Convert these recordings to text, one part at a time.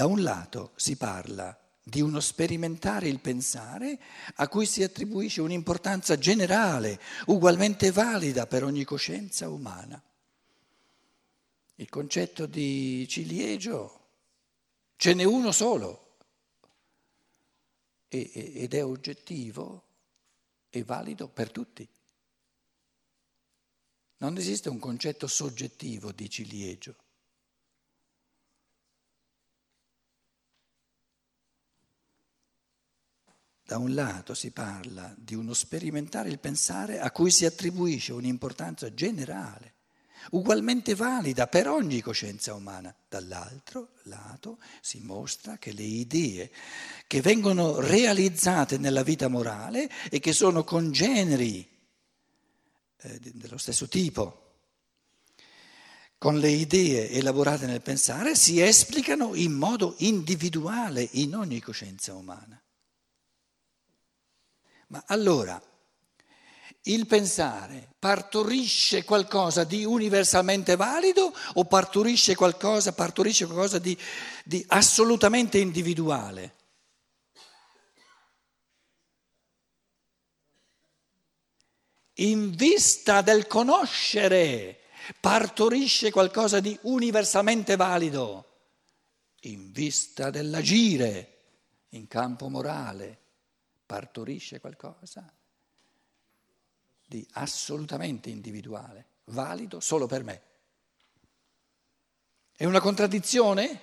Da un lato si parla di uno sperimentare il pensare a cui si attribuisce un'importanza generale, ugualmente valida per ogni coscienza umana. Il concetto di ciliegio ce n'è uno solo ed è oggettivo e valido per tutti. Non esiste un concetto soggettivo di ciliegio. Da un lato si parla di uno sperimentare il pensare a cui si attribuisce un'importanza generale, ugualmente valida per ogni coscienza umana. Dall'altro lato si mostra che le idee che vengono realizzate nella vita morale e che sono congeneri dello stesso tipo con le idee elaborate nel pensare si esplicano in modo individuale in ogni coscienza umana. Ma allora, il pensare partorisce qualcosa di universalmente valido o partorisce qualcosa di assolutamente individuale? In vista del conoscere partorisce qualcosa di universalmente valido. In vista dell'agire in campo morale partorisce qualcosa di assolutamente individuale, valido solo per me. È una contraddizione?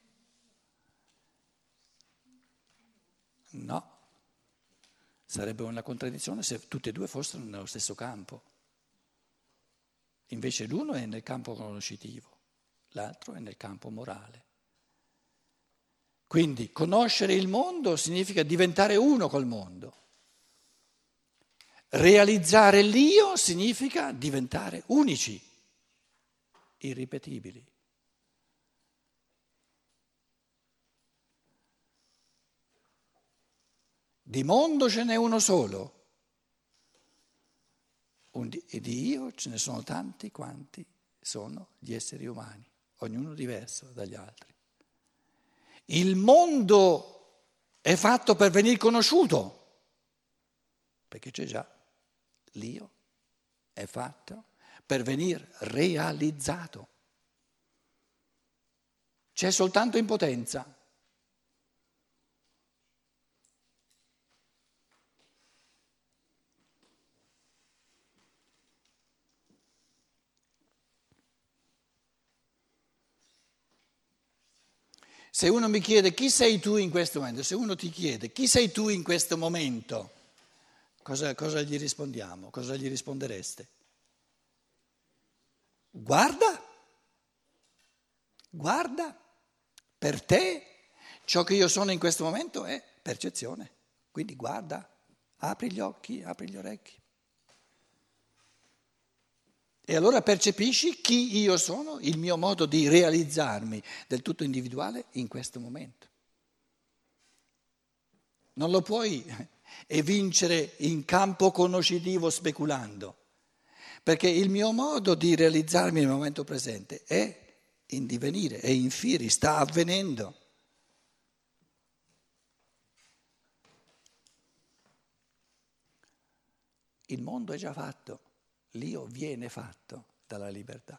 No. Sarebbe una contraddizione se tutti e due fossero nello stesso campo. Invece l'uno è nel campo conoscitivo, l'altro è nel campo morale. Quindi conoscere il mondo significa diventare uno col mondo. Realizzare l'io significa diventare unici, irripetibili. Di mondo ce n'è uno solo, e di io ce ne sono tanti quanti sono gli esseri umani, ognuno diverso dagli altri. Il mondo è fatto per venire conosciuto, perché c'è già. L'io è fatto per venire realizzato. C'è soltanto impotenza. Se uno mi chiede chi sei tu in questo momento, se uno ti chiede chi sei tu in questo momento, cosa gli rispondiamo? Cosa gli rispondereste? Guarda, per te ciò che io sono in questo momento è percezione, quindi guarda, apri gli occhi, apri gli orecchi. E allora percepisci chi io sono, il mio modo di realizzarmi del tutto individuale in questo momento. Non lo puoi evincere in campo conoscitivo speculando, perché il mio modo di realizzarmi nel momento presente è in divenire, è in fieri, sta avvenendo. Il mondo è già fatto. L'io viene fatto dalla libertà.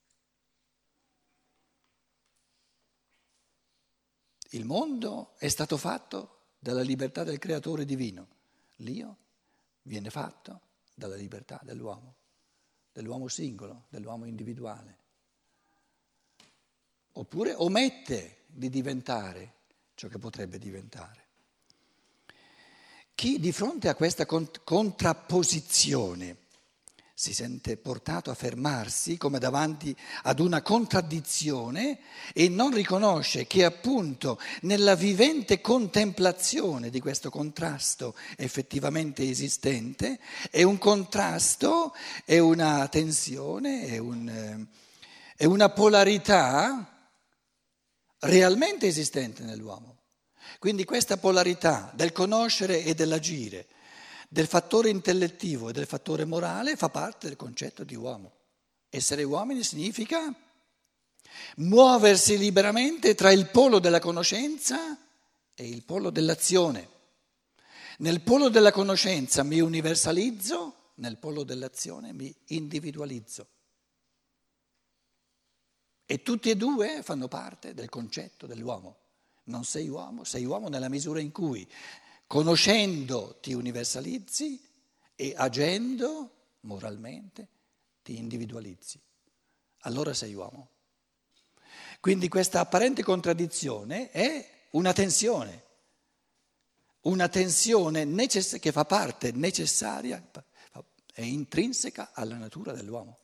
Il mondo è stato fatto dalla libertà del creatore divino. L'io viene fatto dalla libertà dell'uomo singolo, dell'uomo individuale. Oppure omette di diventare ciò che potrebbe diventare. Chi di fronte a questa contrapposizione si sente portato a fermarsi come davanti ad una contraddizione e non riconosce che appunto nella vivente contemplazione di questo contrasto effettivamente esistente è un contrasto, è una tensione, è una polarità realmente esistente nell'uomo. Quindi questa polarità del conoscere e dell'agire, del fattore intellettivo e del fattore morale fa parte del concetto di uomo. Essere uomini significa muoversi liberamente tra il polo della conoscenza e il polo dell'azione. Nel polo della conoscenza mi universalizzo, nel polo dell'azione mi individualizzo. E tutti e due fanno parte del concetto dell'uomo. Non sei uomo nella misura in cui conoscendo ti universalizzi e agendo moralmente ti individualizzi. Allora sei uomo. Quindi questa apparente contraddizione è una tensione che fa parte necessaria, è intrinseca alla natura dell'uomo.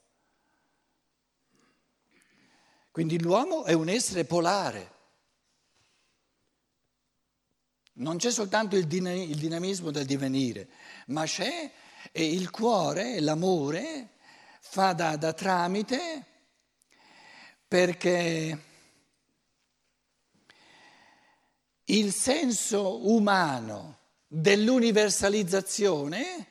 Quindi l'uomo è un essere polare. Non c'è soltanto il dinamismo del divenire, ma c'è il cuore, l'amore fa da tramite perché il senso umano dell'universalizzazione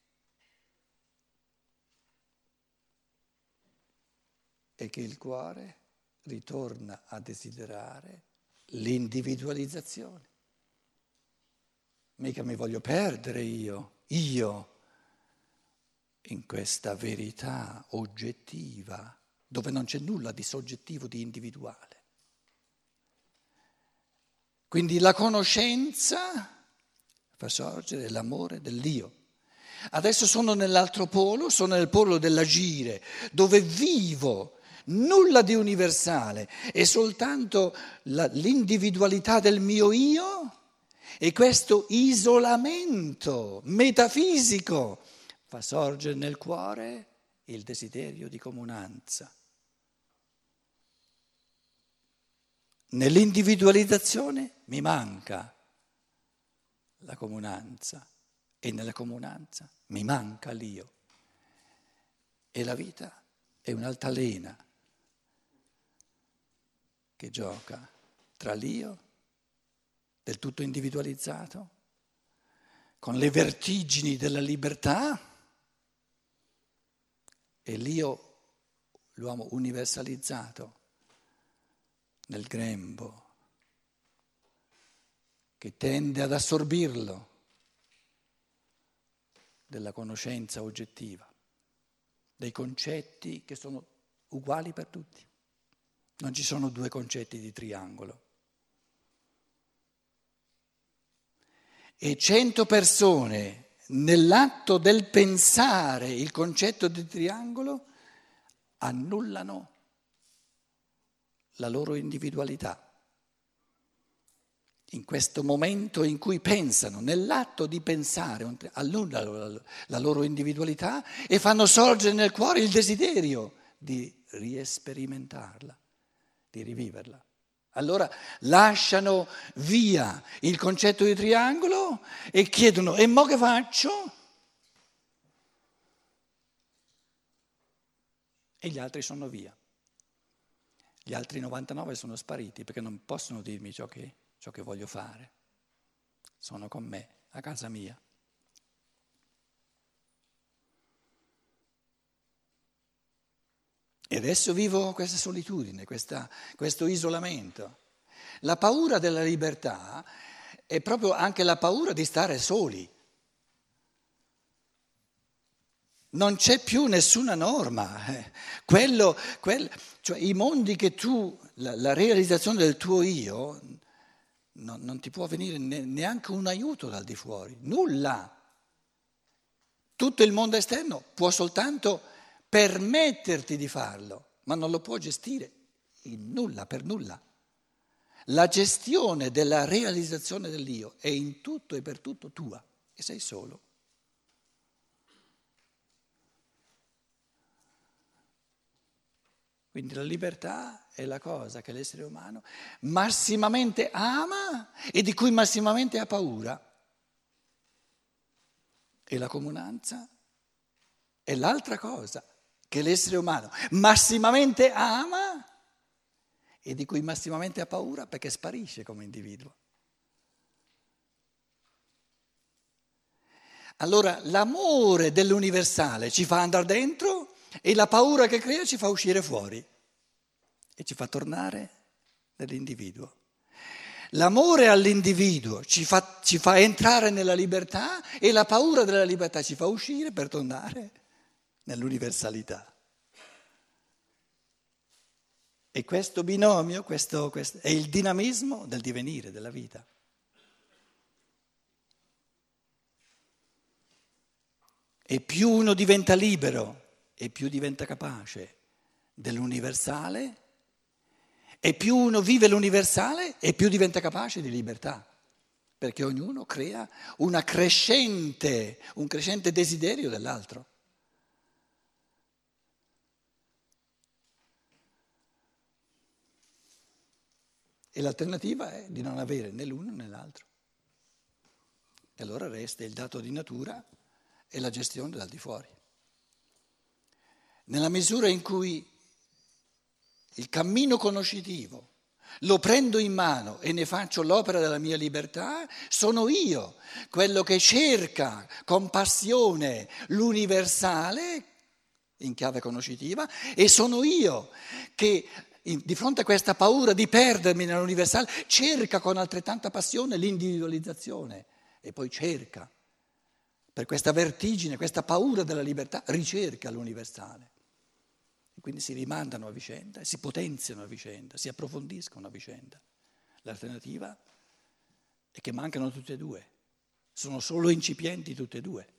è che il cuore ritorna a desiderare l'individualizzazione. Mica mi voglio perdere io, in questa verità oggettiva, dove non c'è nulla di soggettivo, di individuale. Quindi la conoscenza fa sorgere l'amore dell'io. Adesso sono nell'altro polo, sono nel polo dell'agire, dove vivo nulla di universale, è soltanto l'individualità del mio io. E questo isolamento metafisico fa sorgere nel cuore il desiderio di comunanza. Nell'individualizzazione mi manca la comunanza e nella comunanza mi manca l'io. E la vita è un'altalena che gioca tra l'io del tutto individualizzato, con le vertigini della libertà, e l'io, l'uomo universalizzato, nel grembo, che tende ad assorbirlo della conoscenza oggettiva, dei concetti che sono uguali per tutti. Non ci sono due concetti di triangolo. E 100 persone nell'atto del pensare il concetto di triangolo annullano la loro individualità. In questo momento in cui pensano, nell'atto di pensare, annullano la loro individualità e fanno sorgere nel cuore il desiderio di riesperimentarla, di riviverla. Allora lasciano via il concetto di triangolo e chiedono: e mo che faccio? E gli altri sono via. Gli altri 99 sono spariti perché non possono dirmi ciò che voglio fare. Sono con me, a casa mia. E adesso vivo questa solitudine, questo isolamento. La paura della libertà è proprio anche la paura di stare soli. Non c'è più nessuna norma. Cioè i mondi che la realizzazione del tuo io, non ti può venire neanche un aiuto dal di fuori, nulla. Tutto il mondo esterno può soltanto permetterti di farlo, ma non lo può gestire in nulla, per nulla. La gestione della realizzazione dell'io è in tutto e per tutto tua e sei solo. Quindi la libertà è la cosa che l'essere umano massimamente ama e di cui massimamente ha paura. E la comunanza è l'altra cosa che l'essere umano massimamente ama e di cui massimamente ha paura perché sparisce come individuo. Allora l'amore dell'universale ci fa andare dentro e la paura che crea ci fa uscire fuori. e ci fa tornare nell'individuo. L'amore all'individuo ci fa entrare nella libertà e la paura della libertà ci fa uscire per tornare nell'universalità. E questo binomio, questo è il dinamismo del divenire, della vita. E più uno diventa libero e più diventa capace dell'universale, e più uno vive l'universale e più diventa capace di libertà, perché ognuno crea un crescente desiderio dell'altro. E l'alternativa è di non avere né l'uno né l'altro. E allora resta il dato di natura e la gestione dal di fuori. Nella misura in cui il cammino conoscitivo lo prendo in mano e ne faccio l'opera della mia libertà, sono io quello che cerca con passione l'universale in chiave conoscitiva, e sono io che di fronte a questa paura di perdermi nell'universale cerca con altrettanta passione l'individualizzazione, e poi cerca, per questa vertigine, questa paura della libertà, ricerca l'universale. E quindi si rimandano a vicenda, si potenziano a vicenda, si approfondiscono a vicenda. L'alternativa è che mancano tutte e due, sono solo incipienti tutte e due.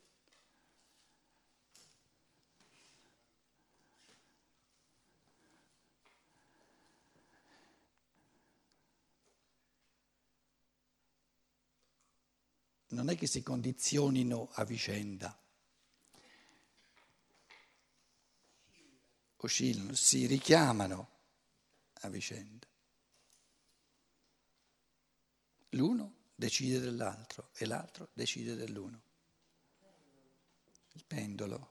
Non è che si condizionino a vicenda, oscillano, si richiamano a vicenda. L'uno decide dell'altro e l'altro decide dell'uno. Il pendolo.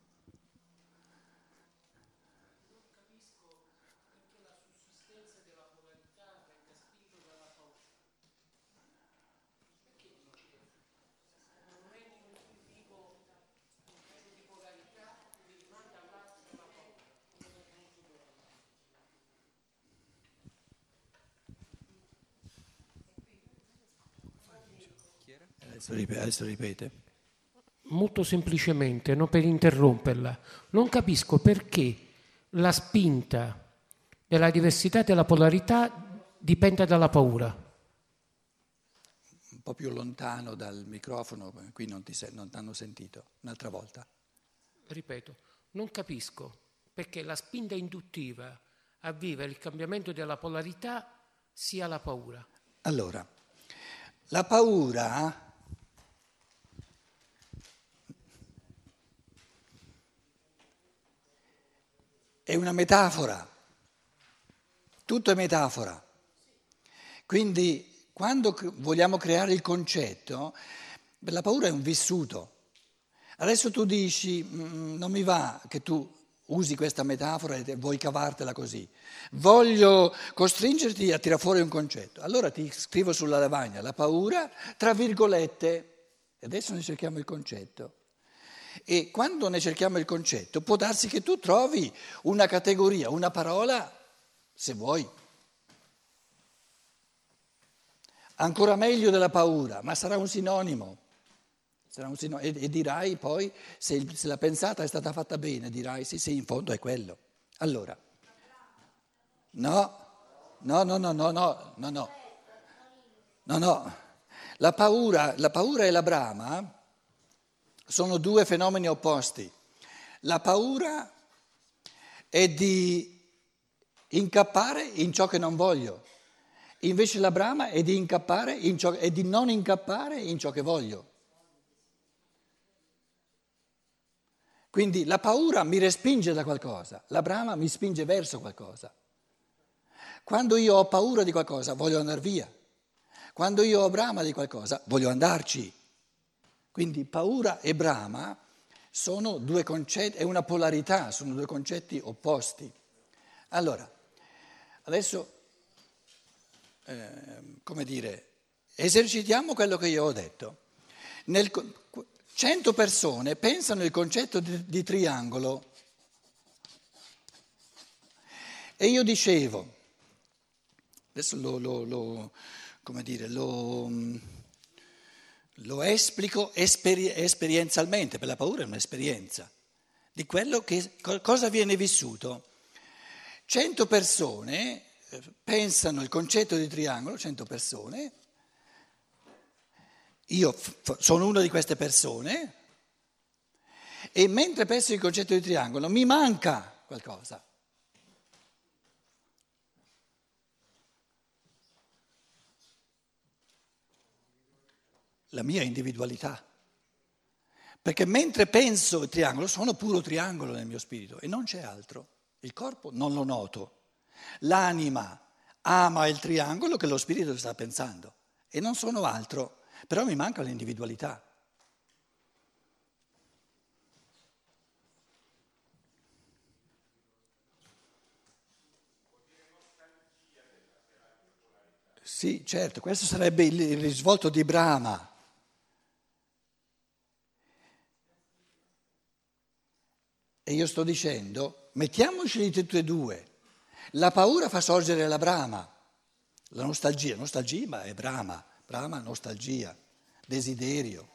Adesso ripete. Molto semplicemente, non per interromperla, non capisco perché la spinta della diversità e della polarità dipenda dalla paura. Un po' più lontano dal microfono, qui non ti hanno sentito, un'altra volta. Ripeto, non capisco perché la spinta induttiva a vivere il cambiamento della polarità sia la paura. Allora, la paura è una metafora, tutto è metafora. Quindi quando vogliamo creare il concetto, la paura è un vissuto. Adesso tu dici, non mi va che tu usi questa metafora e vuoi cavartela così, voglio costringerti a tirare fuori un concetto. Allora ti scrivo sulla lavagna, la paura, tra virgolette, e adesso ne cerchiamo il concetto. E quando ne cerchiamo il concetto, può darsi che tu trovi una categoria, una parola, se vuoi, ancora meglio della paura, ma sarà un sinonimo. E dirai poi, se la pensata è stata fatta bene, dirai sì, in fondo è quello. Allora, no, la paura e la brama sono due fenomeni opposti. La paura è di incappare in ciò che non voglio, invece la brama è di incappare è di non incappare in ciò che voglio. Quindi la paura mi respinge da qualcosa, la brama mi spinge verso qualcosa. Quando io ho paura di qualcosa voglio andare via, quando io ho brama di qualcosa voglio andarci. Quindi paura e brama sono due concetti, è una polarità, sono due concetti opposti. Allora, adesso, esercitiamo quello che io ho detto. 100 persone pensano il concetto di triangolo E io dicevo, adesso come dire, lo esplico esperienzialmente, per la paura è un'esperienza di quello che cosa viene vissuto. 100 persone pensano il concetto di triangolo, 100 persone, io sono una di queste persone e mentre penso il concetto di triangolo mi manca qualcosa. La mia individualità. Perché mentre penso il triangolo sono puro triangolo nel mio spirito e non c'è altro. Il corpo non lo noto. L'anima ama il triangolo che lo spirito sta pensando e non sono altro, però mi manca l'individualità. Sì, certo, questo sarebbe il risvolto di Brahma. E io sto dicendo, mettiamoci tutti e due. La paura fa sorgere la Brahma, la nostalgia ma è Brahma, Brahma nostalgia, desiderio.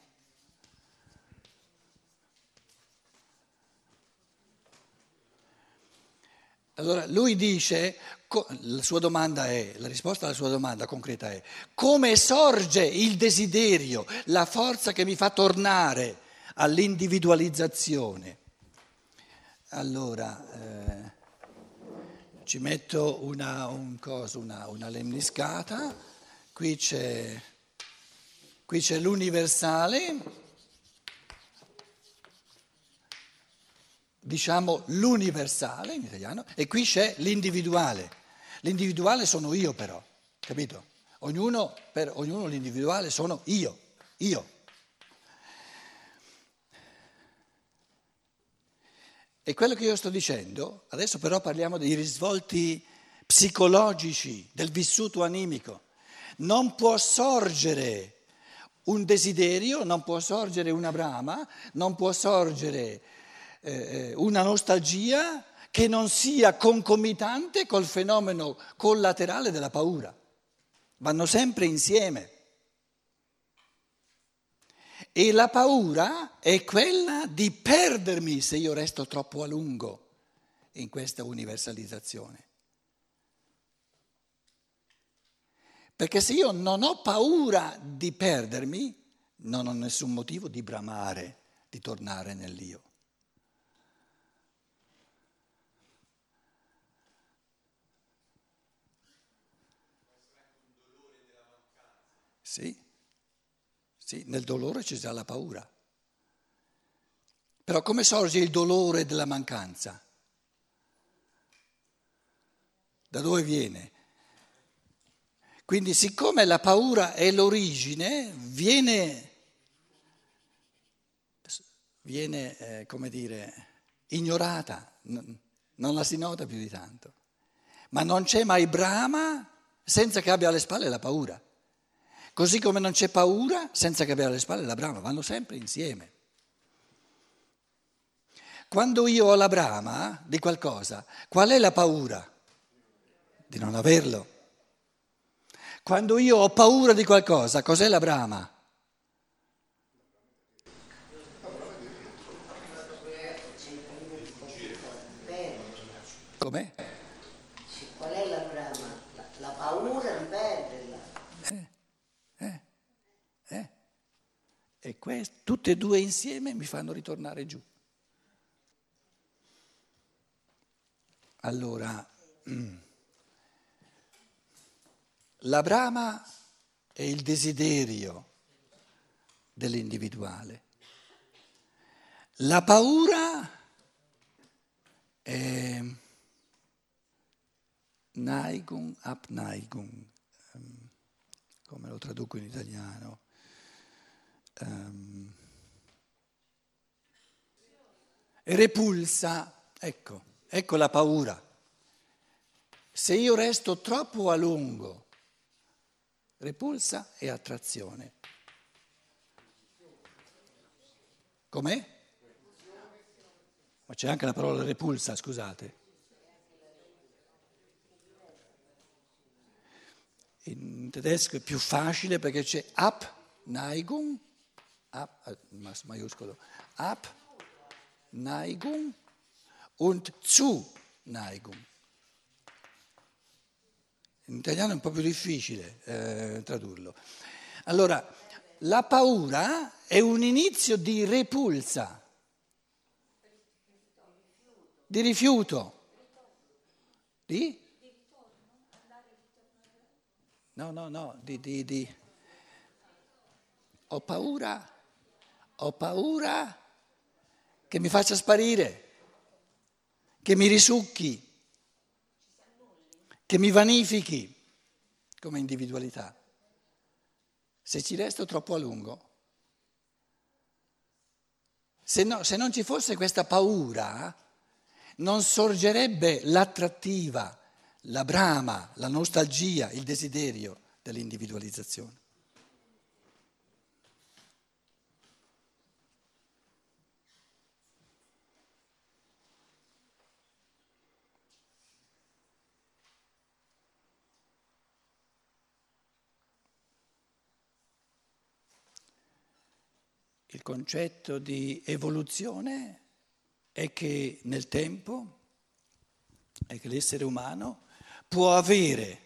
Allora lui dice, la risposta alla sua domanda concreta è, come sorge il desiderio, la forza che mi fa tornare all'individualizzazione? Allora, ci metto una lemniscata, qui c'è l'universale, diciamo l'universale in italiano, e qui c'è l'individuale. L'individuale sono io però, capito? Per ognuno l'individuale sono io. E quello che io sto dicendo, adesso però parliamo dei risvolti psicologici del vissuto animico. Non può sorgere un desiderio, non può sorgere una brama, non può sorgere una nostalgia che non sia concomitante col fenomeno collaterale della paura. Vanno sempre insieme. E la paura è quella di perdermi se io resto troppo a lungo in questa universalizzazione. Perché se io non ho paura di perdermi, non ho nessun motivo di bramare, di tornare nell'io. Sì. Sì, nel dolore ci sta la paura. Però come sorge il dolore della mancanza? Da dove viene? Quindi siccome la paura è l'origine, viene come dire, ignorata, non la si nota più di tanto. Ma non c'è mai Brahma senza che abbia alle spalle la paura. Così come non c'è paura senza che abbia alle spalle la brama, vanno sempre insieme. Quando io ho la brama di qualcosa, qual è la paura? Di non averlo. Quando io ho paura di qualcosa, cos'è la brama? Com'è? Qual è la brama? La paura di perderla. E tutte e due insieme mi fanno ritornare giù. Allora, la brama è il desiderio dell'individuale. La paura è Neigung, Abneigung, come lo traduco in italiano? Repulsa, ecco la paura. Se io resto troppo a lungo, repulsa e attrazione. Com'è? Ma c'è anche la parola repulsa, scusate. in tedesco è più facile perché c'è Abneigung, maiuscolo, Abneigung und Zuneigung. In italiano è un po' più difficile tradurlo. Allora, la paura è un inizio di repulsa, di rifiuto, di? No, ho paura che mi faccia sparire, che mi risucchi, che mi vanifichi come individualità, se ci resto troppo a lungo. Se non ci fosse questa paura, non sorgerebbe l'attrattiva, la brama, la nostalgia, il desiderio dell'individualizzazione. Il concetto di evoluzione è che nel tempo è che l'essere umano può avere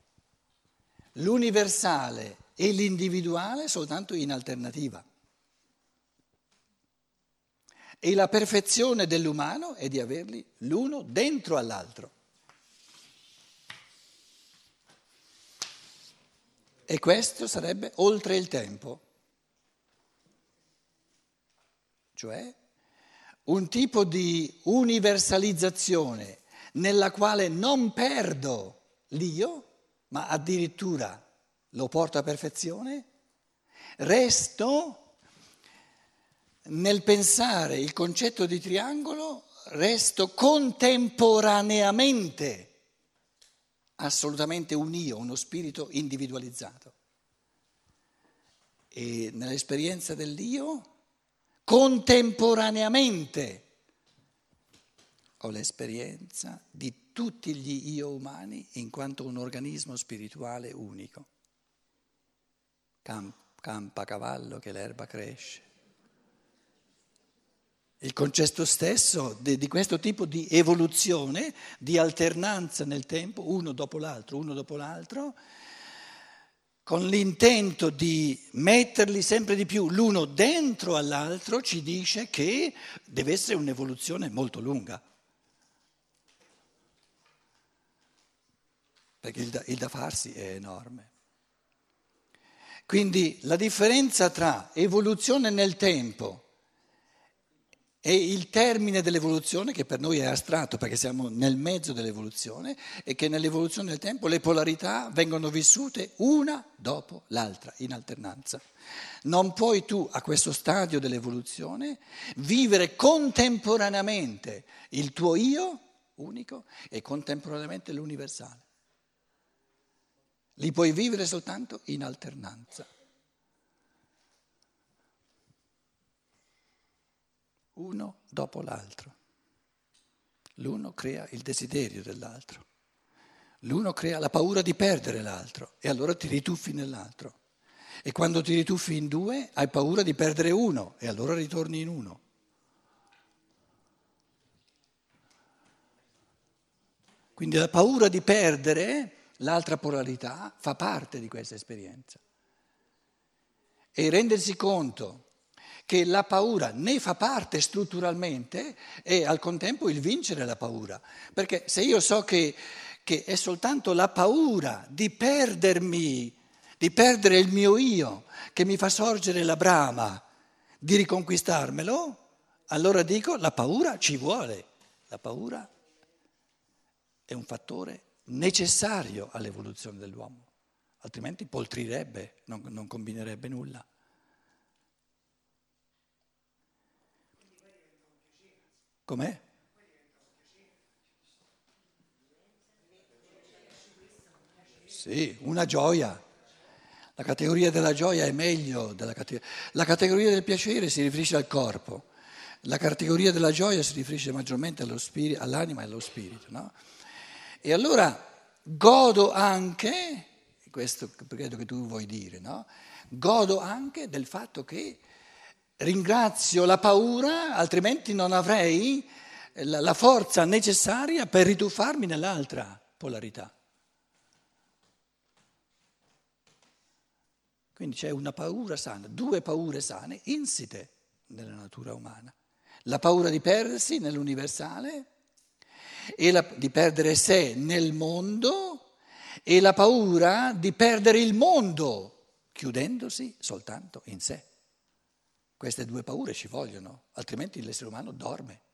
l'universale e l'individuale soltanto in alternativa. E la perfezione dell'umano è di averli l'uno dentro all'altro. E questo sarebbe oltre il tempo. Cioè un tipo di universalizzazione nella quale non perdo l'io, ma addirittura lo porto a perfezione, resto nel pensare il concetto di triangolo, resto contemporaneamente assolutamente un io, uno spirito individualizzato. E nell'esperienza dell'io, contemporaneamente ho l'esperienza di tutti gli io umani in quanto un organismo spirituale unico. Campa cavallo che l'erba cresce. Il concetto stesso di questo tipo di evoluzione, di alternanza nel tempo, uno dopo l'altro, con l'intento di metterli sempre di più l'uno dentro all'altro, ci dice che deve essere un'evoluzione molto lunga. Perché il da farsi è enorme. Quindi la differenza tra evoluzione nel tempo e il termine dell'evoluzione, che per noi è astratto perché siamo nel mezzo dell'evoluzione, è che nell'evoluzione del tempo le polarità vengono vissute una dopo l'altra, in alternanza. Non puoi tu a questo stadio dell'evoluzione vivere contemporaneamente il tuo io unico e contemporaneamente l'universale. Li puoi vivere soltanto in alternanza. Uno dopo l'altro. L'uno crea il desiderio dell'altro. L'uno crea la paura di perdere l'altro e allora ti rituffi nell'altro. E quando ti rituffi in due hai paura di perdere uno e allora ritorni in uno. Quindi la paura di perdere l'altra polarità fa parte di questa esperienza. E rendersi conto che la paura ne fa parte strutturalmente e al contempo il vincere la paura. Perché se io so che è soltanto la paura di perdermi, di perdere il mio io, che mi fa sorgere la brama di riconquistarmelo, allora dico la paura ci vuole. La paura è un fattore necessario all'evoluzione dell'uomo, altrimenti poltrirebbe, non combinerebbe nulla. Com'è? Sì, una gioia. La categoria della gioia è meglio della categoria. La categoria del piacere si riferisce al corpo, la categoria della gioia si riferisce maggiormente allo spirito, all'anima e allo spirito, no? E allora godo anche questo credo che tu vuoi dire, no? Godo anche del fatto che ringrazio la paura, altrimenti non avrei la forza necessaria per rituffarmi nell'altra polarità. Quindi c'è una paura sana, due paure sane insite nella natura umana. La paura di perdersi nell'universale e di perdere sé nel mondo e la paura di perdere il mondo chiudendosi soltanto in sé. Queste due paure ci vogliono, altrimenti l'essere umano dorme.